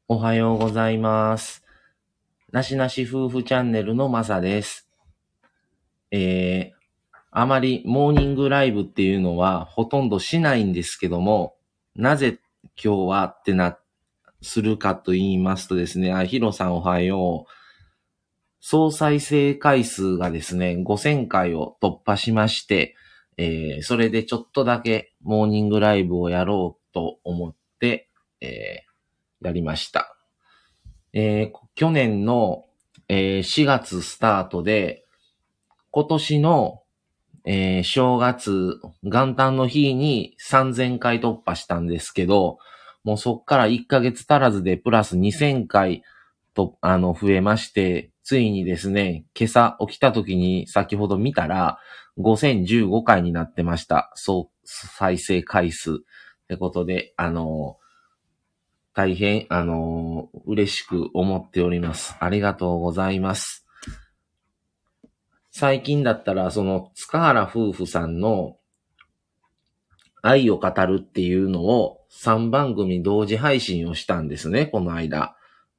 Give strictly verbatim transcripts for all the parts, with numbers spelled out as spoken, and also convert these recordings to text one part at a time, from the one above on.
おはようございます。なしなし夫婦チャンネルのまさです。えー、あまりモーニングライブっていうのはほとんどしないんですけども、なぜ今日はってな、するかと言いますとですね、あ、ヒロさんおはよう。総再生回数がですね、ごせんかいを突破しまして、えー、それでちょっとだけモーニングライブをやろうと思って、えー、やりました。えー、去年の、えー、しがつスタートで、今年の、えー、正月、元旦の日にさんぜんかい突破したんですけど、もうそっからいっかげつ足らずでプラスにせんかいと、あの、増えまして、ついにですね、今朝起きた時に先ほど見たら、ごせんじゅうごかいになってました。そう、再生回数。ってことで、あの大変、あのー、嬉しく思っております。ありがとうございます。最近だったら、その、塚原夫婦さんの愛を語るっていうのをさんばんぐみ同時配信をしたんですね、この間。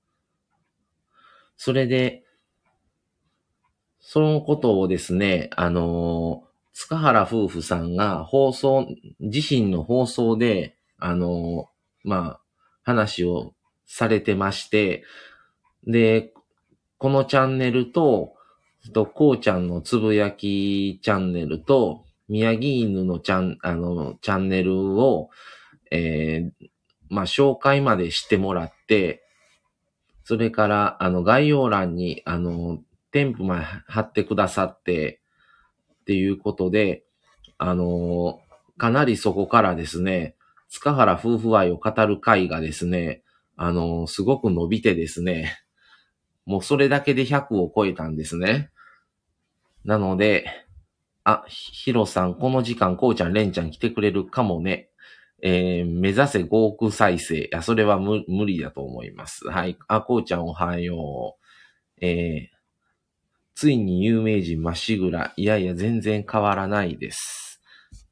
それで、そのことをですね、あのー、塚原夫婦さんが放送、自身の放送で、あのー、まあ、話をされてまして、で、このチャンネルと、と、こうちゃんのつぶやきチャンネルと、宮城犬のチャン、あの、チャンネルを、えー、まあ、紹介までしてもらって、それから、あの、概要欄に、あの、添付まで貼ってくださって、っていうことで、あの、かなりそこからですね、塚原夫婦愛を語る会がですね、あの、すごく伸びてですね、もうそれだけでひゃくを超えたんですね。なので、あ、ヒロさん、この時間、こうちゃん、レンちゃん来てくれるかもね。えー、目指せごおく再生。いや、それは無無理だと思います。はい。あ、こうちゃんおはよう。えー、ついに有名人まっしぐら。いやいや、全然変わらないです。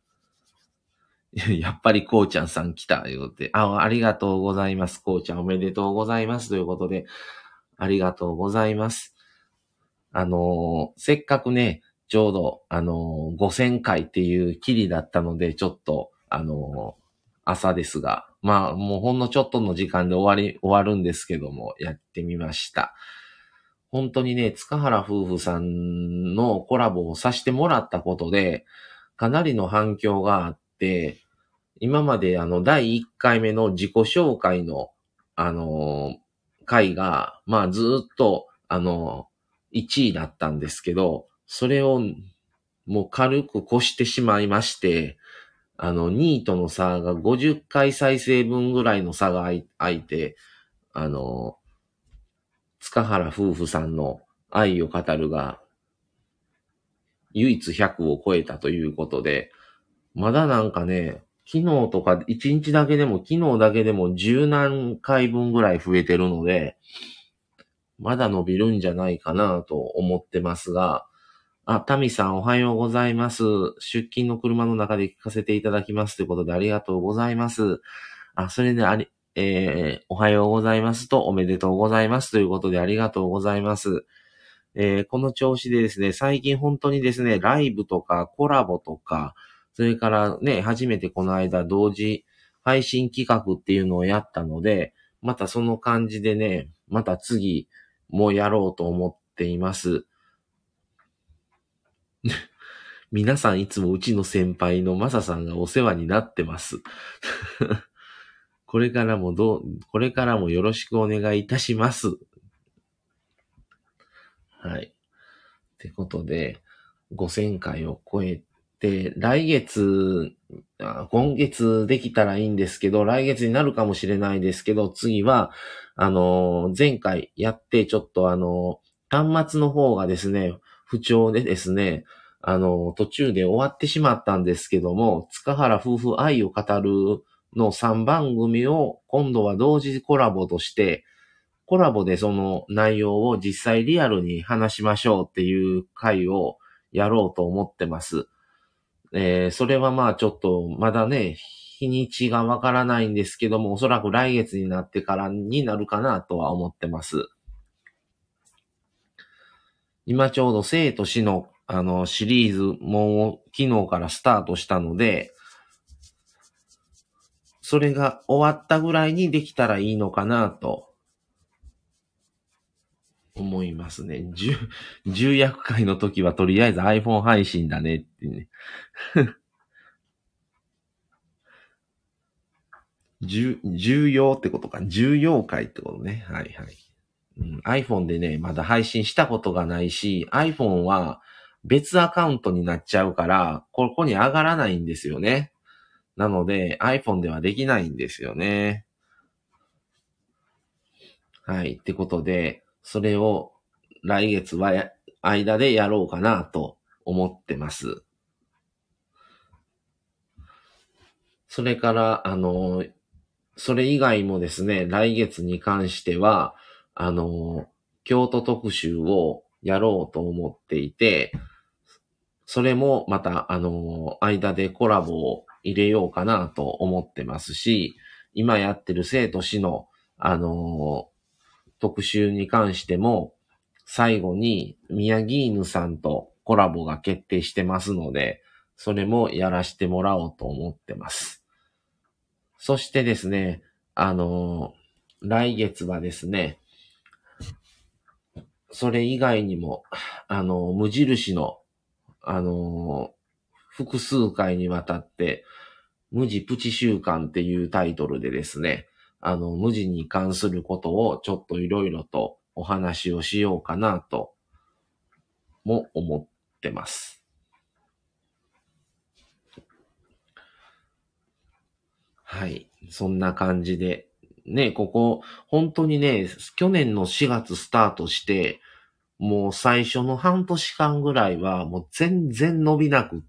やっぱりこうちゃんさん来たよって。あ、ありがとうございます。こうちゃんおめでとうございます。ということで、ありがとうございます。あのー、せっかくね、ちょうど、あのー、ごせんかいっていうきりだったので、ちょっと、あのー、朝ですが、まあ、もうほんのちょっとの時間で終わり、終わるんですけども、やってみました。本当にね、塚原夫婦さんのコラボをさせてもらったことで、かなりの反響があって、今まであの、だいいっかいめの自己紹介の、あの回が、まあ、ずーっと、あのいちいだったんですけど、それをもう軽く越してしまいまして、あの、にいとの差がごじゅっかい再生分ぐらいの差が空いて、あの、塚原夫婦さんの愛を語るが、唯一ひゃくを超えたということで、まだなんかね、昨日とかいちにちだけでも、昨日だけでも十何回分ぐらい増えてるので、まだ伸びるんじゃないかなと思ってますが、あ、タミさんおはようございます。出勤の車の中で聞かせていただきますということでありがとうございます。あ、それであり、えー、おはようございますとおめでとうございますということでありがとうございます。えー、この調子でですね、最近本当にですね、ライブとかコラボとか、それからね、初めてこの間同時配信企画っていうのをやったので、またその感じでね、また次もやろうと思っています。皆さんいつもうちの先輩のマサさんがお世話になってます。これからもどう、これからもよろしくお願いいたします。はい。ってことで、ごせんかいを超えて、来月、今月できたらいいんですけど、来月になるかもしれないですけど、次は、あの、前回やってちょっとあの、端末の方がですね、不調でですね、あの、途中で終わってしまったんですけども、塚原夫婦愛を語るのさんばんぐみを今度は同時コラボとして、コラボでその内容を実際リアルに話しましょうっていう回をやろうと思ってます。えー、それはまあちょっとまだね、 日にちがわからないんですけども、おそらく来月になってからになるかなとは思ってます。今ちょうど生と死のあのシリーズもう昨日からスタートしたので、それが終わったぐらいにできたらいいのかなと思いますね。じゅう、じゅう約回の時はとりあえず iPhone 配信だねってね。重要ってことか。重要回ってことね。はいはい。うん、iPhone でね、まだ配信したことがないし、iPhone は別アカウントになっちゃうから、ここに上がらないんですよね。なので iPhone ではできないんですよね。はい。ってことで、それを来月はや間でやろうかなと思ってます。それから、あの、それ以外もですね、来月に関しては、あの、京都特集をやろうと思っていて、それもまた、あの、間でコラボを入れようかなと思ってますし、今やってる生と死の、あの、特集に関しても、最後に宮城犬さんとコラボが決定してますので、それもやらせてもらおうと思ってます。そしてですね、あの、来月はですね、それ以外にも、あの、無印の、あの、複数回にわたって、無地プチ週間っていうタイトルでですね、あの、無地に関することをちょっといろいろとお話をしようかなと、も思ってます。はい。そんな感じで。ね、ここ、本当にね、去年のしがつスタートして、もう最初の半年間ぐらいはもう全然伸びなくって、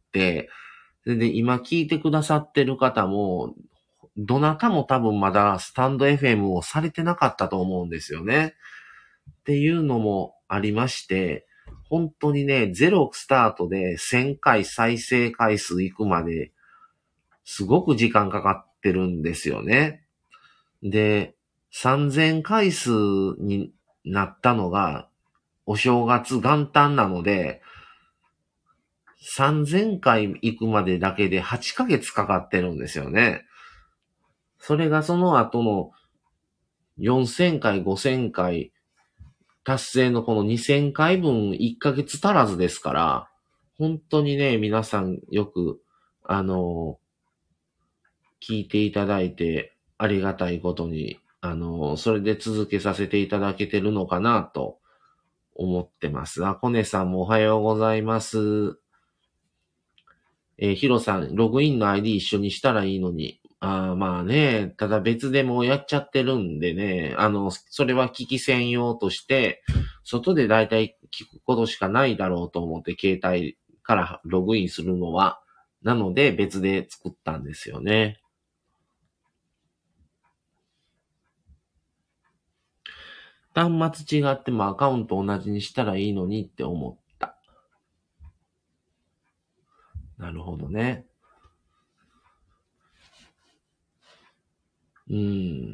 で、今聞いてくださってる方も、どなたも多分まだスタンド エフエム をされてなかったと思うんですよね。っていうのもありまして、本当にね、ゼロスタートでせんかい再生回数行くまで、すごく時間かかってるんですよね。で、さんぜんかい数になったのが、お正月元旦なので、さんぜんかい行くまでだけではちかげつかかってるんですよね。それがその後のよんせんかい、ごせんかい達成のこのにせんかいぶんいっかげつ足らずですから、本当にね、皆さんよく、あの、聞いていただいてありがたいことに、あの、それで続けさせていただけてるのかなと思ってます。あ、コネさんもおはようございます。えー、ヒロさん、ログインの アイディー 一緒にしたらいいのに。あまあね、ただ別でもうやっちゃってるんでね、あの、それは聞き専用として、外でだいたい聞くことしかないだろうと思って携帯からログインするのは、なので別で作ったんですよね。端末違ってもアカウント同じにしたらいいのにって思った。なるほどね。うん。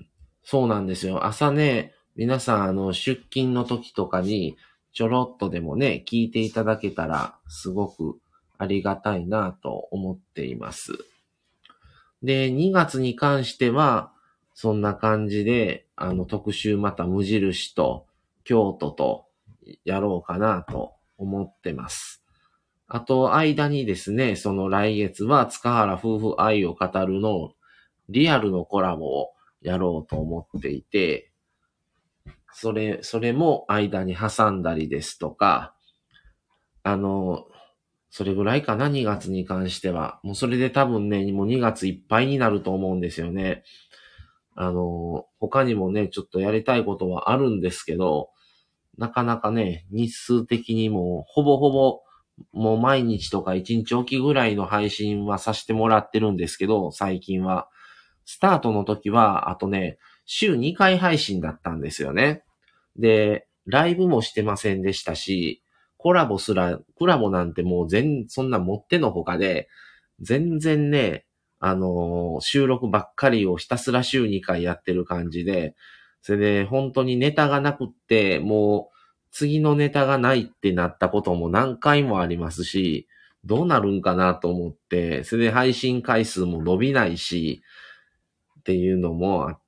そうなんですよ。朝ね、皆さん、あの、出勤の時とかに、ちょろっとでもね、聞いていただけたら、すごくありがたいなと思っています。で、にがつに関しては、そんな感じで、あの、特集また無印と、京都と、やろうかなと思ってます。あと、間にですね、その来月は、塚原夫婦愛を語るの、リアルのコラボをやろうと思っていて、それ、それも間に挟んだりですとか、あの、それぐらいかな、にがつに関しては。もうそれで多分ね、もうにがついっぱいになると思うんですよね。あの、他にもね、ちょっとやりたいことはあるんですけど、なかなかね、日数的にもほぼほぼ、もう毎日とかいちにちおきぐらいの配信はさせてもらってるんですけど、最近は。スタートの時は、あとね、週にかい配信だったんですよね。で、ライブもしてませんでしたし、コラボすら、コラボなんてもう全、そんなもってのほかで、全然ね、 あのー、収録ばっかりをひたすら週にかいやってる感じで、それで本当にネタがなくって、もう次のネタがないってなったことも何回もありますし、どうなるんかなと思って、それで配信回数も伸びないし、っていうのもあって、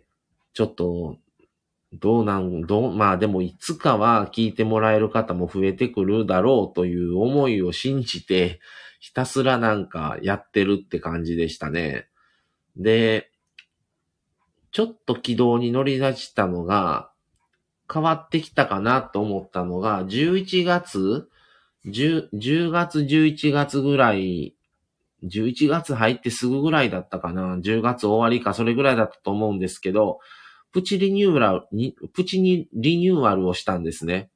ちょっと、どうなん、どう、まあでもいつかは聞いてもらえる方も増えてくるだろうという思いを信じて、ひたすらなんかやってるって感じでしたね。で、ちょっと軌道に乗り出したのが、変わってきたかなと思ったのが、じゅういちがつ、10, 10月、じゅういちがつぐらい、じゅういちがつ入ってすぐぐらいだったかな、じゅうがつ終わりか、それぐらいだったと思うんですけど、プチリニューアルに、プチにリニューアルをしたんですね。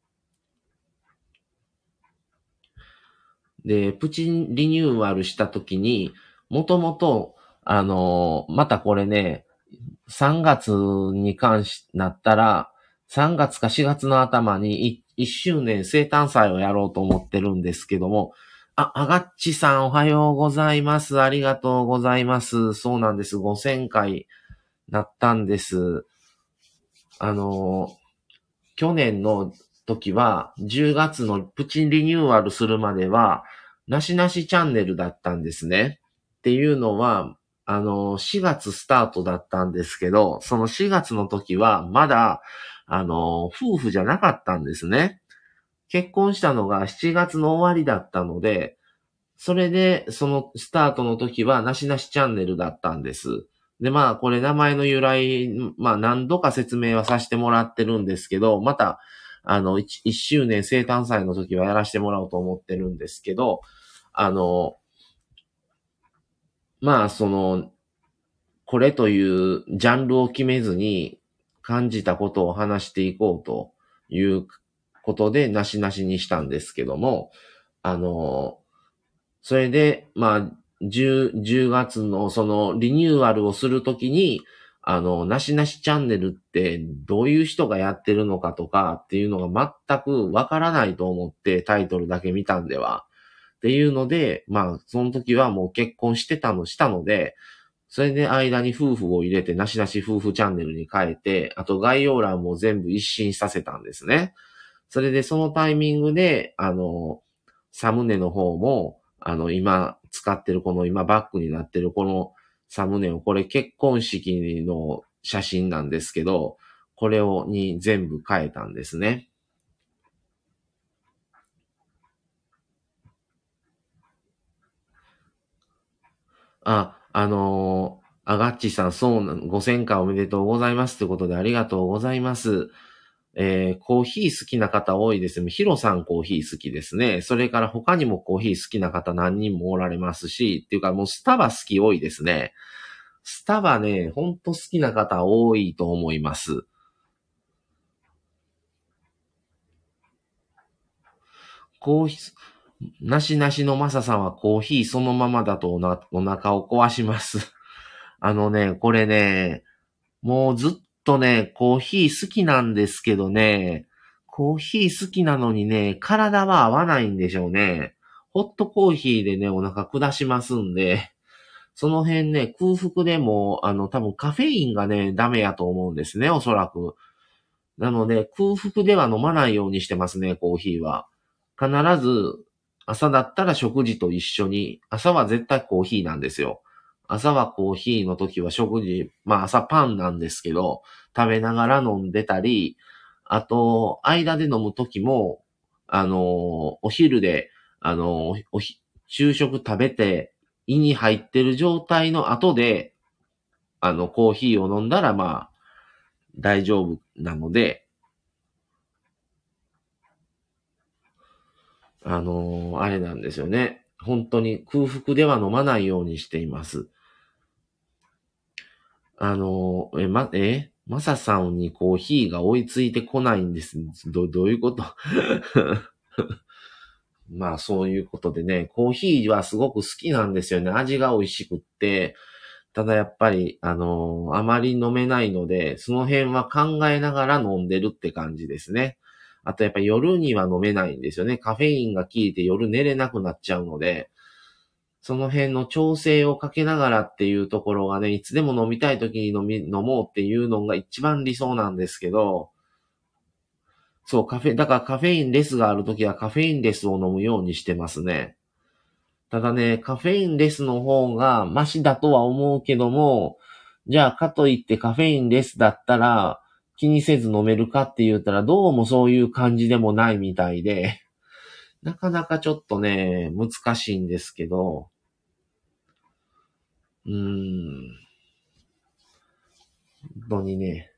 で、プチリニューアルしたときに、もともと、あのー、またこれね、さんがつに関しなったら、さんがつかしがつの頭にいっしゅうねん生誕祭をやろうと思ってるんですけども、あ、あがっちさんおはようございます。ありがとうございます。そうなんです。ごせんかいなったんです。あの、去年の時は、じゅうがつのプチリニューアルするまでは、なしなしチャンネルだったんですね。っていうのは、あの、しがつスタートだったんですけど、そのしがつの時は、まだ、あの、夫婦じゃなかったんですね。結婚したのがしちがつの終わりだったので、それで、そのスタートの時は、なしなしチャンネルだったんです。で、まあ、これ名前の由来、まあ、何度か説明はさせてもらってるんですけど、また、あの、いっしゅうねん生誕祭の時はやらせてもらおうと思ってるんですけど、あの、まあ、その、これというジャンルを決めずに感じたことを話していこうということで、なしなしにしたんですけども、あの、それで、まあ、10、じゅうがつのそのリニューアルをするときに、あの、なしなしチャンネルってどういう人がやってるのかとかっていうのが全くわからないと思ってタイトルだけ見たんでは。っていうので、まあ、その時はもう結婚してたの、したので、それで間に夫婦を入れてなしなし夫婦チャンネルに変えて、あと概要欄も全部一新させたんですね。それでそのタイミングで、あの、サムネの方も、あの、今使ってるこの今バックになってるこのサムネを、これ結婚式の写真なんですけど、これをに全部変えたんですね。あ、あのー、あがっちさん、そうなの、ごせんかいおめでとうございますということでありがとうございます。えー、コーヒー好きな方多いですね。ヒロさんコーヒー好きですね。それから他にもコーヒー好きな方何人もおられますし、っていうかもうスタバ好き多いですね。スタバね、ほんと好きな方多いと思います。コーヒー、なしなしのマサさんはコーヒーそのままだとおなお腹を壊します。あのね、これね、もうずっとね、コーヒー好きなんですけどね、コーヒー好きなのにね、体は合わないんでしょうね。ホットコーヒーでね、お腹下しますんで、その辺ね、空腹でも、あの、多分カフェインがね、ダメやと思うんですね、おそらく。なので、空腹では飲まないようにしてますね、コーヒーは。必ず、朝だったら食事と一緒に、朝は絶対コーヒーなんですよ。朝はコーヒーの時は食事、まあ朝パンなんですけど、食べながら飲んでたり、あと、間で飲む時も、あの、お昼で、あの、おひ、昼食食べて、胃に入ってる状態の後で、あの、コーヒーを飲んだら、まあ、大丈夫なので、あのーあれなんですよね。本当に空腹では飲まないようにしています。あのーえ、ま、えマサさんにコーヒーが追いついてこないんです。ど、どういうことまあそういうことでね、コーヒーはすごく好きなんですよね。味が美味しくって。ただやっぱり、あのーあまり飲めないので、その辺は考えながら飲んでるって感じですね。あとやっぱ夜には飲めないんですよね。カフェインが効いて夜寝れなくなっちゃうので、 その辺の調整をかけながらっていうところがね、いつでも飲みたい時に飲み、飲もうっていうのが一番理想なんですけど、そう、カフェ、だからカフェインレスがある時はカフェインレスを飲むようにしてますね。ただね、カフェインレスの方がマシだとは思うけども、じゃあかといってカフェインレスだったら気にせず飲めるかって言ったらどうもそういう感じでもないみたいで、なかなかちょっとね、難しいんですけど、うーん、本当にね、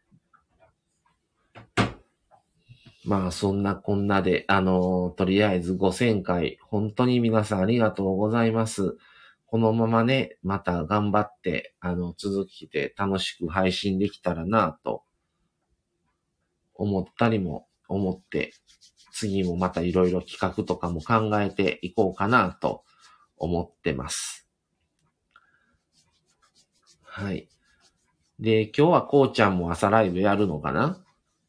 まあそんなこんなで、あの、とりあえずごせんかい、本当に皆さんありがとうございます。このままね、また頑張って、あの、続きで楽しく配信できたらなと思ったりも思って、次もまたいろいろ企画とかも考えていこうかなと思ってます。はい。で、今日はこうちゃんも朝ライブやるのかな？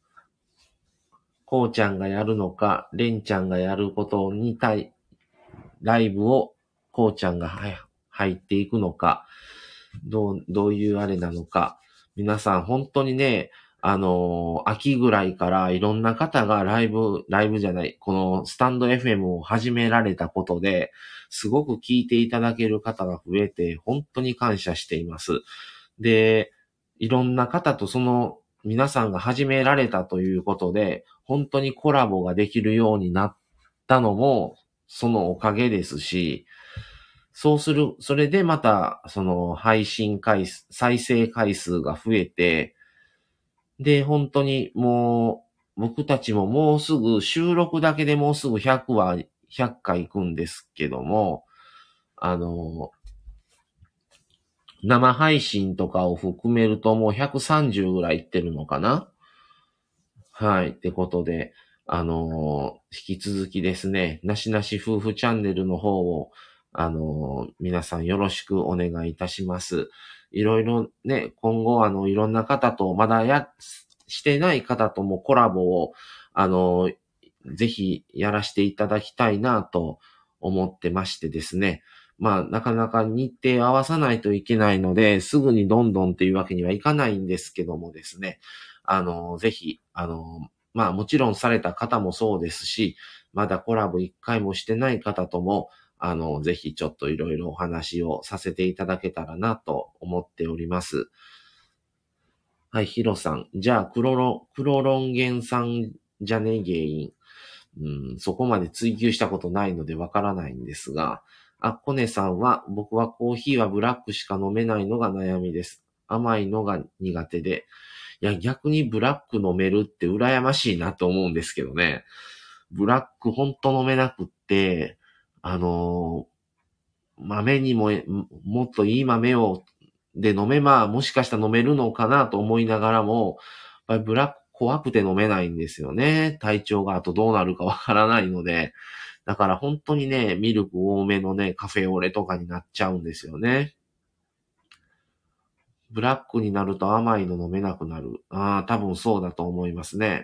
こうちゃんがやるのか、れんちゃんがやることに対、ライブをこうちゃんが入っていくのか、どう、どういうあれなのか。皆さん本当にね、あのー秋ぐらいからいろんな方がライブ、ライブじゃない、このスタンド エフエム を始められたことで、すごく聞いていただける方が増えて、本当に感謝しています。で、いろんな方とその皆さんが始められたということで、本当にコラボができるようになったのも、そのおかげですし、そうする、それでまた、その配信回数、再生回数が増えて、で、本当にもう、僕たちももうすぐ、収録だけでもうすぐひゃくは、ひゃっかい行くんですけども、あの、生配信とかを含めるともうひゃくさんじゅうぐらい行ってるのかな？はい。ってことで、あのー引き続きですね、なしなし夫婦チャンネルの方を、あのー皆さんよろしくお願いいたします。いろいろね、今後あの、いろんな方と、まだや、してない方ともコラボを、あのーぜひやらせていただきたいなと思ってましてですね。まあ、なかなか日程合わさないといけないので、すぐにどんどんっていうわけにはいかないんですけどもですね。あの、ぜひ、あの、まあもちろんされた方もそうですし、まだコラボ一回もしてない方とも、あの、ぜひちょっといろいろお話をさせていただけたらなと思っております。はい、ヒロさん。じゃあ、クロロ、クロロンゲン酸じゃね原因。うん、そこまで追求したことないのでわからないんですが、あ、コネさんは、僕はコーヒーはブラックしか飲めないのが悩みです。甘いのが苦手で。いや、逆にブラック飲めるって羨ましいなと思うんですけどね。ブラックほんと飲めなくって、あのー豆にも、もっといい豆を、で飲めば、もしかしたら飲めるのかなと思いながらも、やっぱりブラック怖くて飲めないんですよね。体調があとどうなるかわからないので。だから本当にね、ミルク多めのね、カフェオレとかになっちゃうんですよね。ブラックになると甘いの飲めなくなる。ああ、多分そうだと思いますね。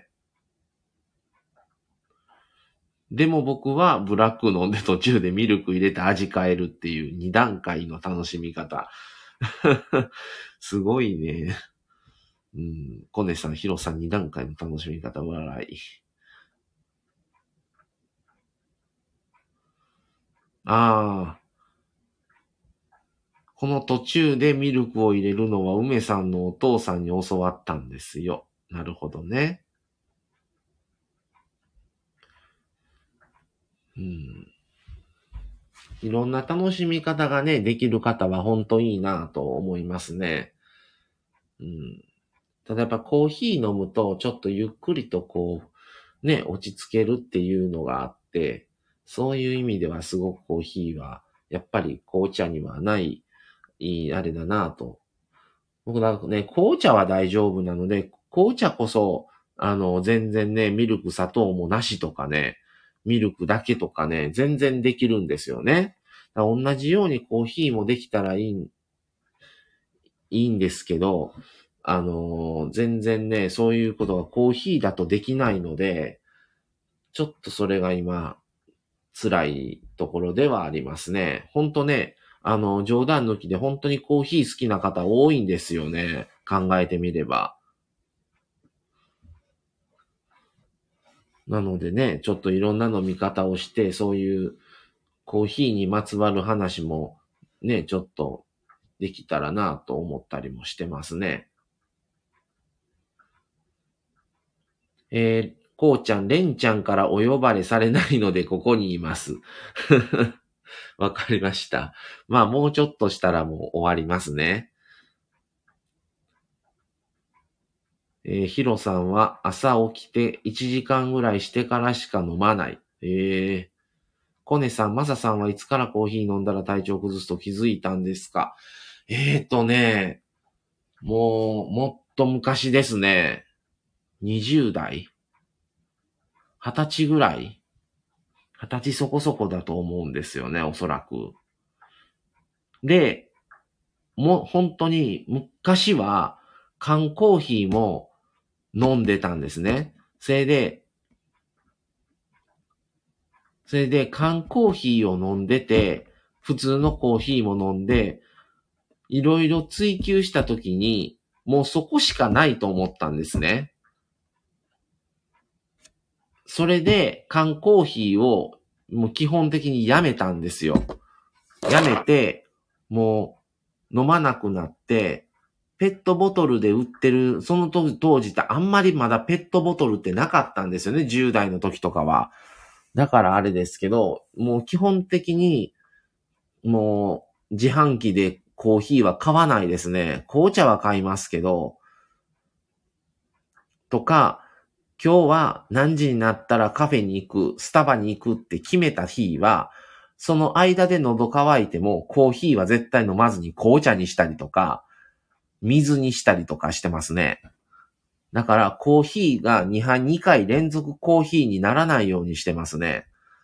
でも僕はブラック飲んで途中でミルク入れて味変えるっていう二段階の楽しみ方。すごいね。うん。コネさん、ヒロさん二段階の楽しみ方、笑い。ああ。この途中でミルクを入れるのは梅さんのお父さんに教わったんですよ。なるほどね。うん。いろんな楽しみ方がね、できる方は本当いいなと思いますね。うん。ただやっぱコーヒー飲むとちょっとゆっくりとこう、ね、落ち着けるっていうのがあって、そういう意味ではすごくコーヒーは、やっぱり紅茶にはない、いいあれだなと。僕なんかね、紅茶は大丈夫なので、紅茶こそ、あの、全然ね、ミルク砂糖もなしとかね、ミルクだけとかね、全然できるんですよね。だから同じようにコーヒーもできたらいい、いいんですけど、あのー全然ね、そういうことがコーヒーだとできないので、ちょっとそれが今、辛いところではありますね。ほんとね、 あの、冗談抜きで本当にコーヒー好きな方多いんですよね。考えてみれば。なのでね、ちょっといろんな飲み方をして、そういうコーヒーにまつわる話もね、ちょっとできたらなと思ったりもしてますね。えー、こうちゃん、れんちゃんからお呼ばれされないのでここにいます。わかりました。まあもうちょっとしたらもう終わりますね。えー、ヒロさんは朝起きていちじかんぐらいしてからしか飲まない。えー、コネさん、マサさんはいつからコーヒー飲んだら体調崩すと気づいたんですか？えーとね、もう、もっと昔ですね。にじゅう代 ?はたちぐらい ?はたちそこそこだと思うんですよね、おそらく。で、もう本当に昔は缶コーヒーも飲んでたんですね。それで、それで缶コーヒーを飲んでて、普通のコーヒーも飲んで、いろいろ追求したときに、もうそこしかないと思ったんですね。それで缶コーヒーをもう基本的にやめたんですよ。やめて、もう飲まなくなって、ペットボトルで売ってる、その当時ってあんまりまだペットボトルってなかったんですよね。じゅう代の時とかは。だからあれですけど、もう基本的に、もう自販機でコーヒーは買わないですね。紅茶は買いますけど、とか、今日は何時になったらカフェに行く、スタバに行くって決めた日は、その間で喉乾いてもコーヒーは絶対飲まずに紅茶にしたりとか、水にしたりとかしてますね。だからコーヒーがにはいにかい連続コーヒーにならないようにしてますね。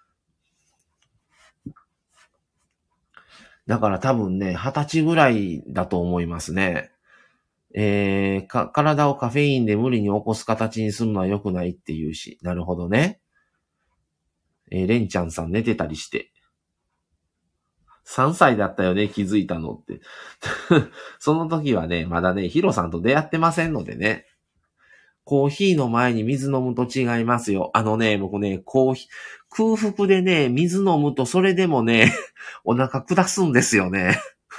だから多分ね、はたちぐらいだと思いますね。えー、か、体をカフェインで無理に起こす形にするのは良くないって言うし。なるほどね。えー、レンちゃんさん寝てたりして。さんさいだったよね、気づいたのって。その時はね、まだね、ヒロさんと出会ってませんのでね。コーヒーの前に水飲むと違いますよ。あのね、僕ね、コーヒー、空腹でね、水飲むとそれでもね、お腹下すんですよね。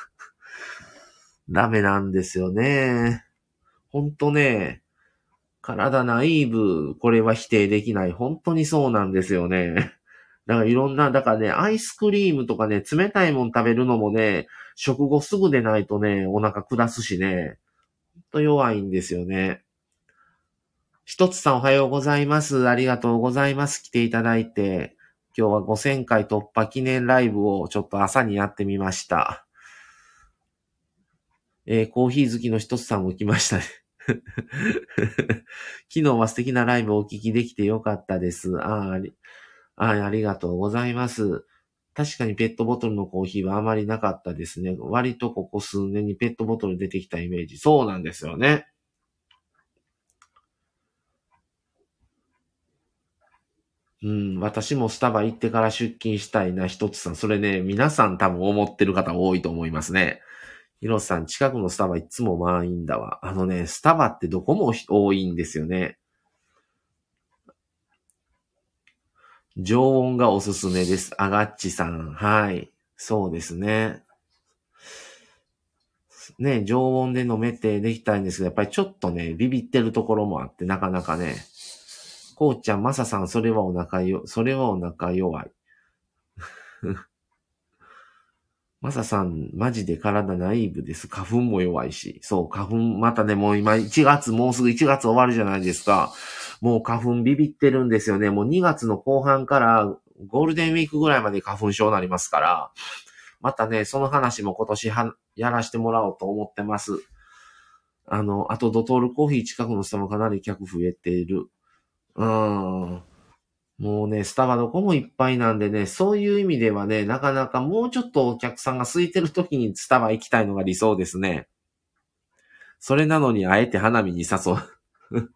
ダメなんですよね。ほんとね、体ナイーブ、これは否定できない。本当にそうなんですよね。だからいろんな、だからね、アイスクリームとかね、冷たいもん食べるのもね、食後すぐでないとね、お腹下すしね、ほんと弱いんですよね。ひとつさんおはようございます。ありがとうございます。来ていただいて。今日はごせんかい突破記念ライブをちょっと朝にやってみました。えー、コーヒー好きのひとつさんも来ましたね。昨日は素敵なライブをお聞きできてよかったです。ああ、ああ、ありがとうございます。確かにペットボトルのコーヒーはあまりなかったですね。割とここ数年にペットボトル出てきたイメージ。そうなんですよね。うん、私もスタバ行ってから出勤したいな、ひとつさん。それね、皆さん多分思ってる方多いと思いますね。ひろさん、近くのスタバいつも満員だわ。あのね、スタバってどこも多いんですよね。常温がおすすめです。あがっちさん。はい。そうですね。ね、常温で飲めてできたいんですけど、やっぱりちょっとね、ビビってるところもあって、なかなかね。こうちゃん、まささん、それはお腹よ、それはお腹弱い。まささん、マジで体ナイーブです。花粉も弱いし。そう、花粉、またね、もう今いちがつ、もうすぐいちがつ終わるじゃないですか。もう花粉ビビってるんですよね。もうにがつの後半からゴールデンウィークぐらいまで花粉症になりますから、またね、その話も今年は、やらせてもらおうと思ってます。あの、あとドトールコーヒー近くのスタバかなり客増えている。うーん。もうね、スタバどこもいっぱいなんでね、そういう意味ではね、なかなかもうちょっとお客さんが空いてる時にスタバ行きたいのが理想ですね。それなのにあえて花見に誘う。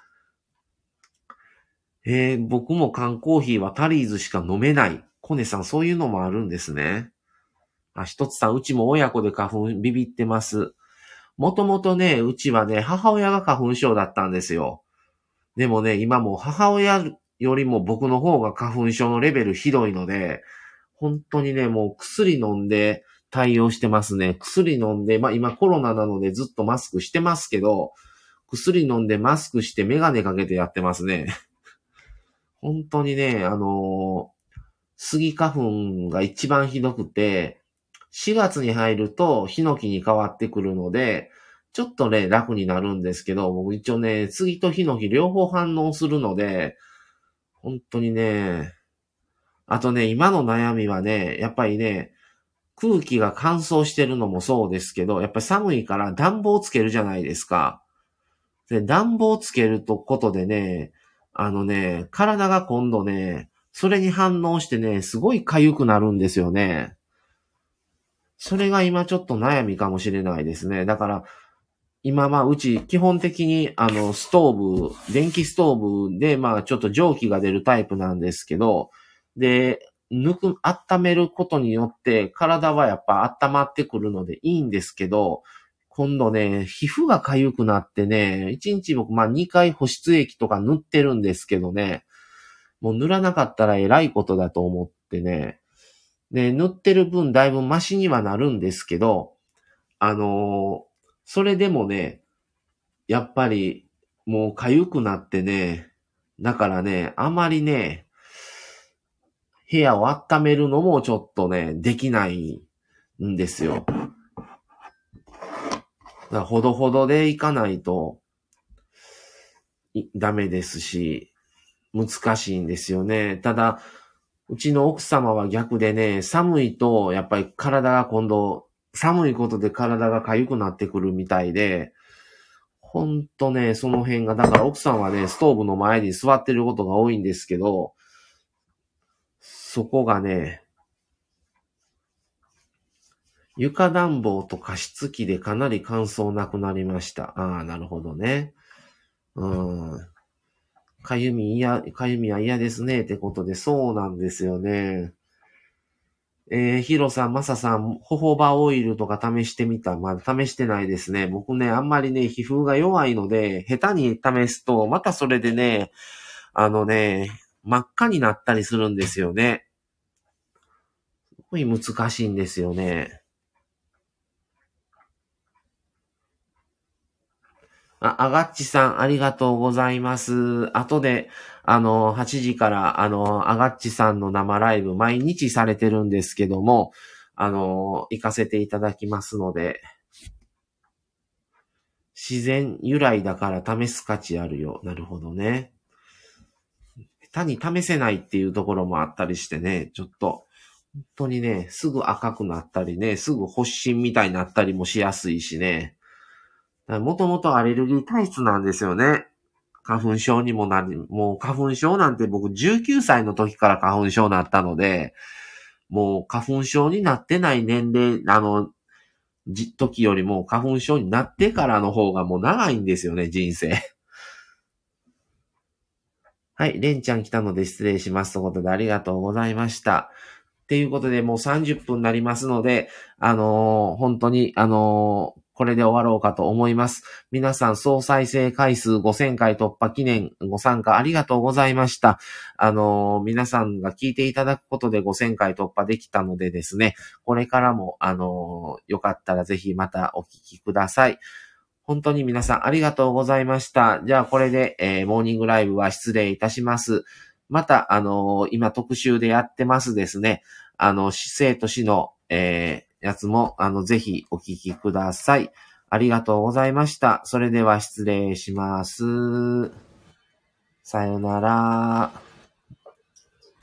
えー、僕も缶コーヒーはタリーズしか飲めない。コネさん、そういうのもあるんですね。 あ、一つさん、うちも親子で花粉ビビってます。もともとね、うちはね、母親が花粉症だったんですよ。でもね、今もう母親よりも僕の方が花粉症のレベルひどいので、本当にね、もう薬飲んで対応してますね。薬飲んで、まあ今コロナなのでずっとマスクしてますけど、薬飲んでマスクしてメガネかけてやってますね。本当にね、あのー、スギ花粉が一番ひどくて、しがつに入るとヒノキに変わってくるので、ちょっとね、楽になるんですけど、僕一応ね、スギとヒノキ両方反応するので、本当にね、あとね、今の悩みはね、やっぱりね、空気が乾燥してるのもそうですけど、やっぱり寒いから暖房つけるじゃないですか。で、暖房つけるとことでね、あのね、体が今度ね、それに反応してね、すごい痒くなるんですよね。それが今ちょっと悩みかもしれないですね。だから、今まあうち基本的にあのストーブ、電気ストーブでまあちょっと蒸気が出るタイプなんですけど、で、抜く、温めることによって体はやっぱ温まってくるのでいいんですけど、今度ね、皮膚が痒くなってね、いちにち僕まあにかい保湿液とか塗ってるんですけどね、もう塗らなかったら偉いことだと思ってね、で、塗ってる分だいぶマシにはなるんですけど、あのーそれでもね、やっぱりもう痒くなってね、だからね、あまりね、部屋を温めるのもちょっとね、できないんですよ。だからほどほどでいかないとダメですし、難しいんですよね。ただ、うちの奥様は逆でね、寒いとやっぱり体が今度、寒いことで体が痒くなってくるみたいで、ほんとね、その辺が、だから奥さんはね、ストーブの前に座ってることが多いんですけど、そこがね、床暖房と加湿器でかなり乾燥なくなりました。ああ、なるほどね。うん。かゆみ嫌、かゆみは嫌ですね。ってことで、そうなんですよね。えー、ヒロさん、マサさん、ホホバオイルとか試してみた？まだ試してないですね。僕ね、あんまりね、皮膚が弱いので、下手に試すと、またそれでね、あのね、真っ赤になったりするんですよね。すごい難しいんですよね。あ、あがっちさん、ありがとうございます。後で、あの、はちじから、あの、あがっちさんの生ライブ、毎日されてるんですけども、あの、行かせていただきますので、自然由来だから試す価値あるよ。なるほどね。下手に試せないっていうところもあったりしてね、ちょっと、本当にね、すぐ赤くなったりね、すぐ発疹みたいになったりもしやすいしね。もともとアレルギー体質なんですよね。花粉症にもなり、もう花粉症なんて僕じゅうきゅうさいの時から花粉症になったので、もう花粉症になってない年齢、あの、じ、時よりも花粉症になってからの方がもう長いんですよね、人生。はい、レンちゃん来たので失礼しますということでありがとうございました。っていうことでもうさんじゅっぷんになりますので、あのー本当に、あのーこれで終わろうかと思います。皆さん総再生回数ごせんかい突破記念ご参加ありがとうございました。あのー皆さんが聞いていただくことでごせんかい突破できたのでですね、これからも、あのーよかったらぜひまたお聞きください。本当に皆さんありがとうございました。じゃあこれで、えーモーニングライブは失礼いたします。また、あのー今特集でやってますですね。あの、生と死の、えーやつも、あの、ぜひお聞きください。ありがとうございました。それでは失礼します。さよなら。